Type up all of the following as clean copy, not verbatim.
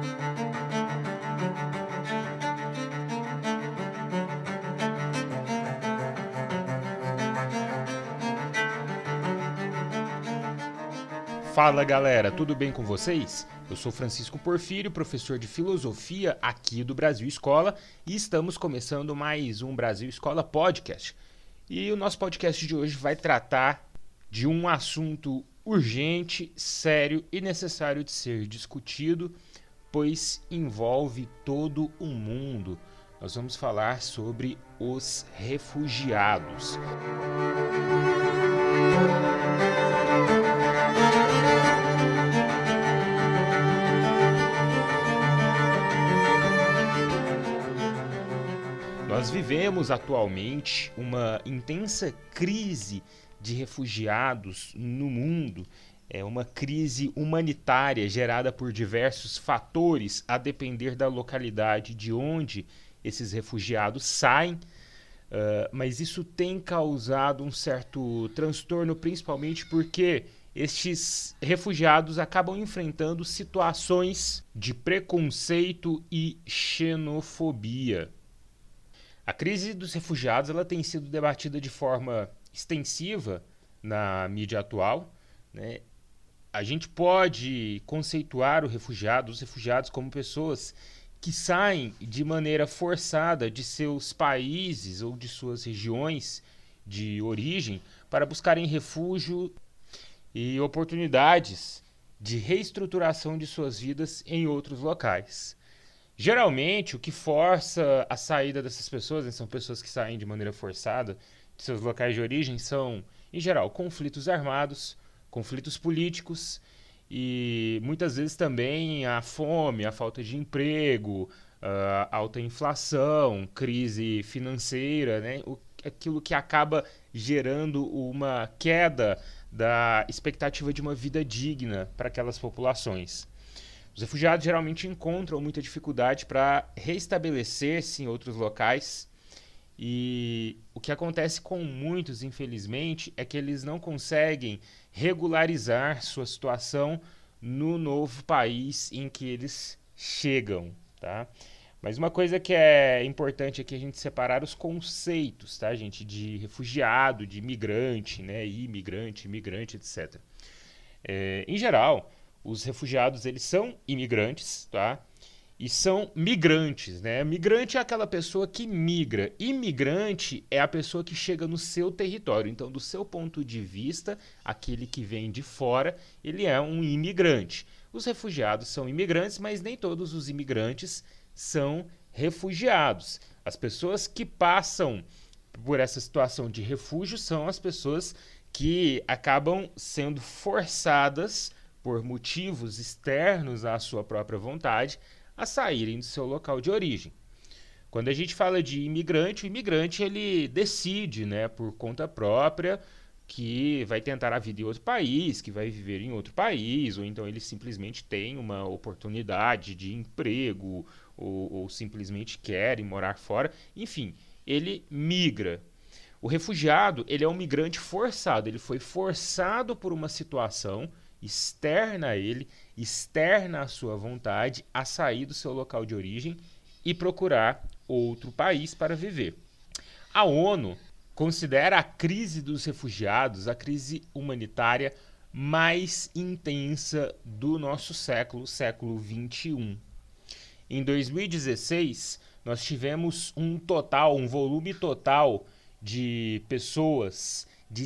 Fala galera, tudo bem com vocês? Eu sou Francisco Porfírio, professor de filosofia aqui do Brasil Escola e estamos começando mais um Brasil Escola Podcast. E o nosso podcast de hoje vai tratar de um assunto urgente, sério e necessário de ser discutido, pois envolve todo o mundo. Nós vamos falar sobre os refugiados. Nós vivemos atualmente uma intensa crise de refugiados no mundo. É uma crise humanitária gerada por diversos fatores, a depender da localidade de onde esses refugiados saem. Mas isso tem causado um certo transtorno, principalmente porque estes refugiados acabam enfrentando situações de preconceito e xenofobia. A crise dos refugiados ela tem sido debatida de forma extensiva na mídia atual, né? A gente pode conceituar os refugiados como pessoas que saem de maneira forçada de seus países ou de suas regiões de origem para buscarem refúgio e oportunidades de reestruturação de suas vidas em outros locais. Geralmente, o que força a saída dessas pessoas, né, são pessoas que saem de maneira forçada de seus locais de origem, são, em geral, conflitos armados, conflitos políticos e muitas vezes também a fome, a falta de emprego, a alta inflação, crise financeira, né, aquilo que acaba gerando uma queda da expectativa de uma vida digna para aquelas populações. Os refugiados geralmente encontram muita dificuldade para reestabelecer-se em outros locais e o que acontece com muitos, infelizmente, é que eles não conseguem regularizar sua situação no novo país em que eles chegam, tá? Mas uma coisa que é importante aqui é a gente separar os conceitos, tá, gente? De refugiado, de imigrante, né? Imigrante, etc. Em geral, os refugiados, eles são imigrantes, tá? E são migrantes, né? Migrante é aquela pessoa que migra. Imigrante é a pessoa que chega no seu território. Então, do seu ponto de vista, aquele que vem de fora, ele é um imigrante. Os refugiados são imigrantes, mas nem todos os imigrantes são refugiados. As pessoas que passam por essa situação de refúgio são as pessoas que acabam sendo forçadas por motivos externos à sua própria vontade, a saírem do seu local de origem. Quando a gente fala de imigrante, o imigrante ele decide, né, por conta própria, que vai tentar a vida em outro país, que vai viver em outro país, ou então ele simplesmente tem uma oportunidade de emprego, ou simplesmente quer ir morar fora. Enfim, ele migra. O refugiado ele é um migrante forçado, ele foi forçado por uma situação externa a ele, externa à sua vontade, a sair do seu local de origem e procurar outro país para viver. A ONU considera a crise dos refugiados a crise humanitária mais intensa do nosso século XXI. Em 2016, nós tivemos um volume total de pessoas de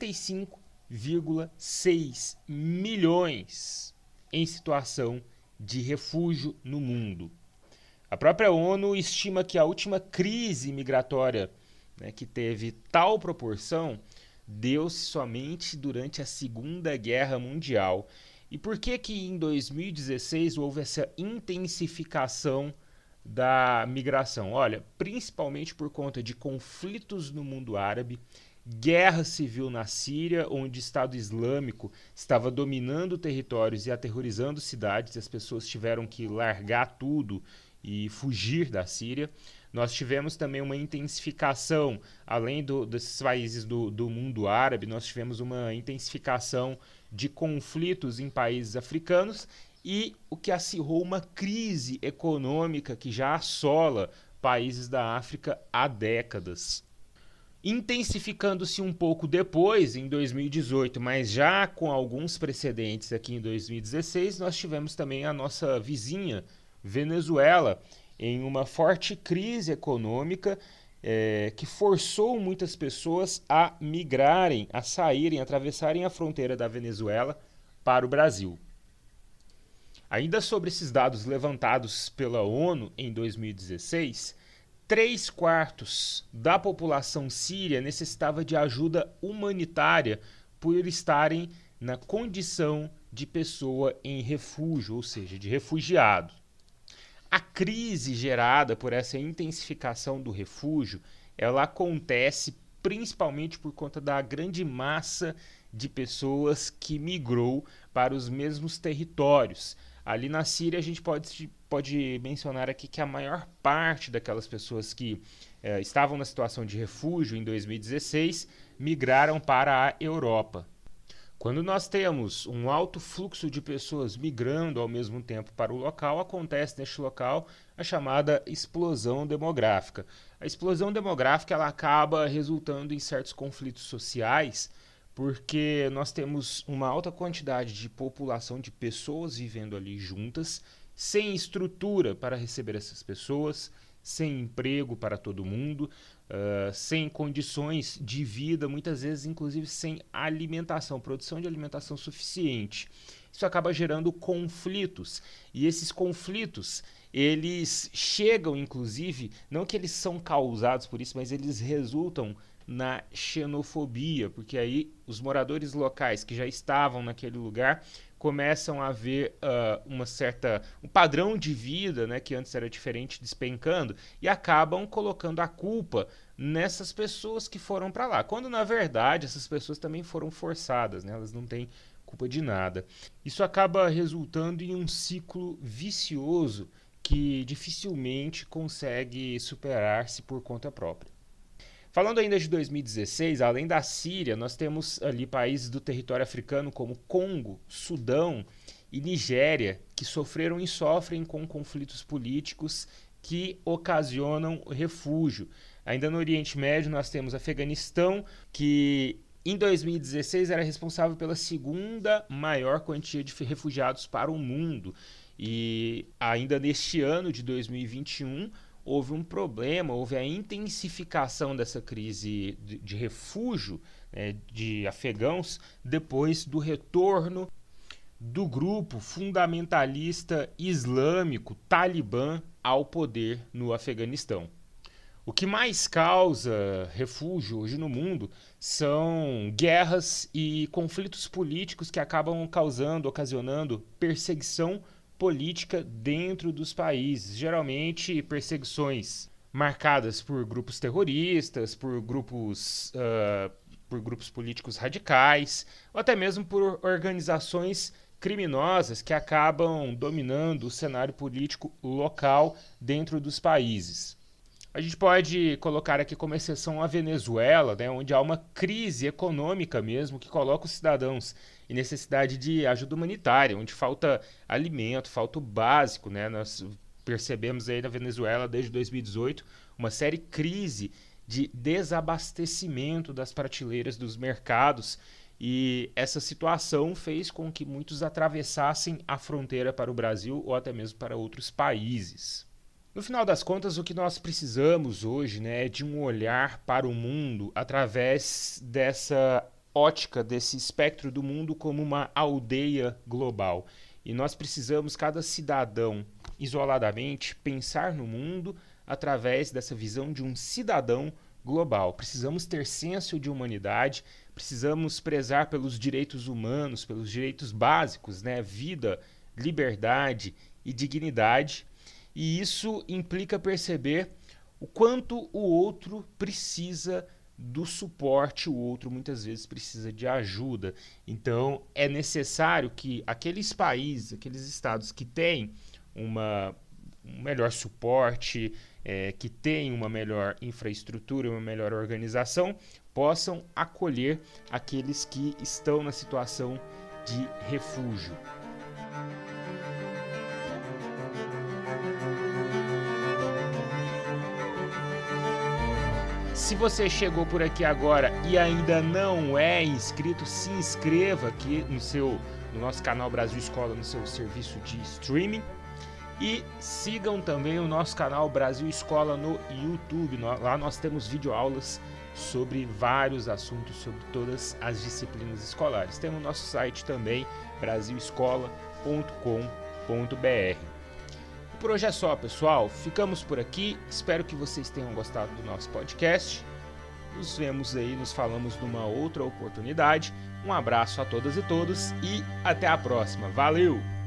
65,6 milhões em situação de refúgio no mundo. A própria ONU estima que a última crise migratória, né, que teve tal proporção deu-se somente durante a Segunda Guerra Mundial. E por que em 2016 houve essa intensificação da migração? Olha, principalmente por conta de conflitos no mundo árabe, guerra civil na Síria, onde o Estado Islâmico estava dominando territórios e aterrorizando cidades, e as pessoas tiveram que largar tudo e fugir da Síria. Nós tivemos também uma intensificação, além desses países do mundo árabe, nós tivemos uma intensificação de conflitos em países africanos e o que acirrou uma crise econômica que já assola países da África há décadas. Intensificando-se um pouco depois, em 2018, mas já com alguns precedentes aqui em 2016, nós tivemos também a nossa vizinha, Venezuela, em uma forte crise econômica que forçou muitas pessoas a migrarem, a saírem, a atravessarem a fronteira da Venezuela para o Brasil. Ainda sobre esses dados levantados pela ONU em 2016, 3/4 da população síria necessitava de ajuda humanitária por estarem na condição de pessoa em refúgio, ou seja, de refugiado. A crise gerada por essa intensificação do refúgio, ela acontece principalmente por conta da grande massa de pessoas que migrou para os mesmos territórios. Ali na Síria, a gente pode mencionar aqui que a maior parte daquelas pessoas que estavam na situação de refúgio em 2016 migraram para a Europa. Quando nós temos um alto fluxo de pessoas migrando ao mesmo tempo para o local, acontece neste local a chamada explosão demográfica. A explosão demográfica ela acaba resultando em certos conflitos sociais, porque nós temos uma alta quantidade de população, de pessoas vivendo ali juntas, sem estrutura para receber essas pessoas, sem emprego para todo mundo, sem condições de vida, muitas vezes inclusive sem alimentação, produção de alimentação suficiente. Isso acaba gerando conflitos, e esses conflitos, eles chegam inclusive, não que eles são causados por isso, mas eles resultam na xenofobia, porque aí os moradores locais que já estavam naquele lugar começam a ver um padrão de vida, né, que antes era diferente, despencando, e acabam colocando a culpa nessas pessoas que foram para lá, quando na verdade essas pessoas também foram forçadas, né, elas não têm culpa de nada. Isso acaba resultando em um ciclo vicioso que dificilmente consegue superar-se por conta própria. Falando ainda de 2016, além da Síria, nós temos ali países do território africano como Congo, Sudão e Nigéria, que sofreram e sofrem com conflitos políticos que ocasionam refúgio. Ainda no Oriente Médio, nós temos Afeganistão, que em 2016 era responsável pela segunda maior quantia de refugiados para o mundo. E ainda neste ano de 2021, houve um problema, houve a intensificação dessa crise de refúgio, de afegãos, depois do retorno do grupo fundamentalista islâmico Talibã ao poder no Afeganistão. O que mais causa refúgio hoje no mundo são guerras e conflitos políticos que acabam ocasionando perseguição política dentro dos países, geralmente perseguições marcadas por grupos terroristas, por grupos políticos radicais, ou até mesmo por organizações criminosas que acabam dominando o cenário político local dentro dos países. A gente pode colocar aqui como exceção a Venezuela, né, onde há uma crise econômica mesmo que coloca os cidadãos em necessidade de ajuda humanitária, onde falta alimento, falta o básico, né? Nós percebemos aí na Venezuela desde 2018 uma séria crise de desabastecimento das prateleiras dos mercados, e essa situação fez com que muitos atravessassem a fronteira para o Brasil ou até mesmo para outros países. No final das contas, o que nós precisamos hoje, né, é de um olhar para o mundo através dessa ótica, desse espectro do mundo como uma aldeia global. E nós precisamos, cada cidadão isoladamente, pensar no mundo através dessa visão de um cidadão global. Precisamos ter senso de humanidade, precisamos prezar pelos direitos humanos, pelos direitos básicos, né, vida, liberdade e dignidade. E isso implica perceber o quanto o outro precisa do suporte, o outro muitas vezes precisa de ajuda. Então é necessário que aqueles países, aqueles estados que têm um melhor suporte, que têm uma melhor infraestrutura, uma melhor organização, possam acolher aqueles que estão na situação de refúgio. Se você chegou por aqui agora e ainda não é inscrito, se inscreva aqui no nosso canal Brasil Escola, no seu serviço de streaming. E sigam também o nosso canal Brasil Escola no YouTube. Lá nós temos videoaulas sobre vários assuntos, sobre todas as disciplinas escolares. Temos o nosso site também, brasilescola.com.br. Por hoje é só, pessoal. Ficamos por aqui. Espero que vocês tenham gostado do nosso podcast. Nos vemos aí, nos falamos numa outra oportunidade. Um abraço a todas e todos e até a próxima. Valeu!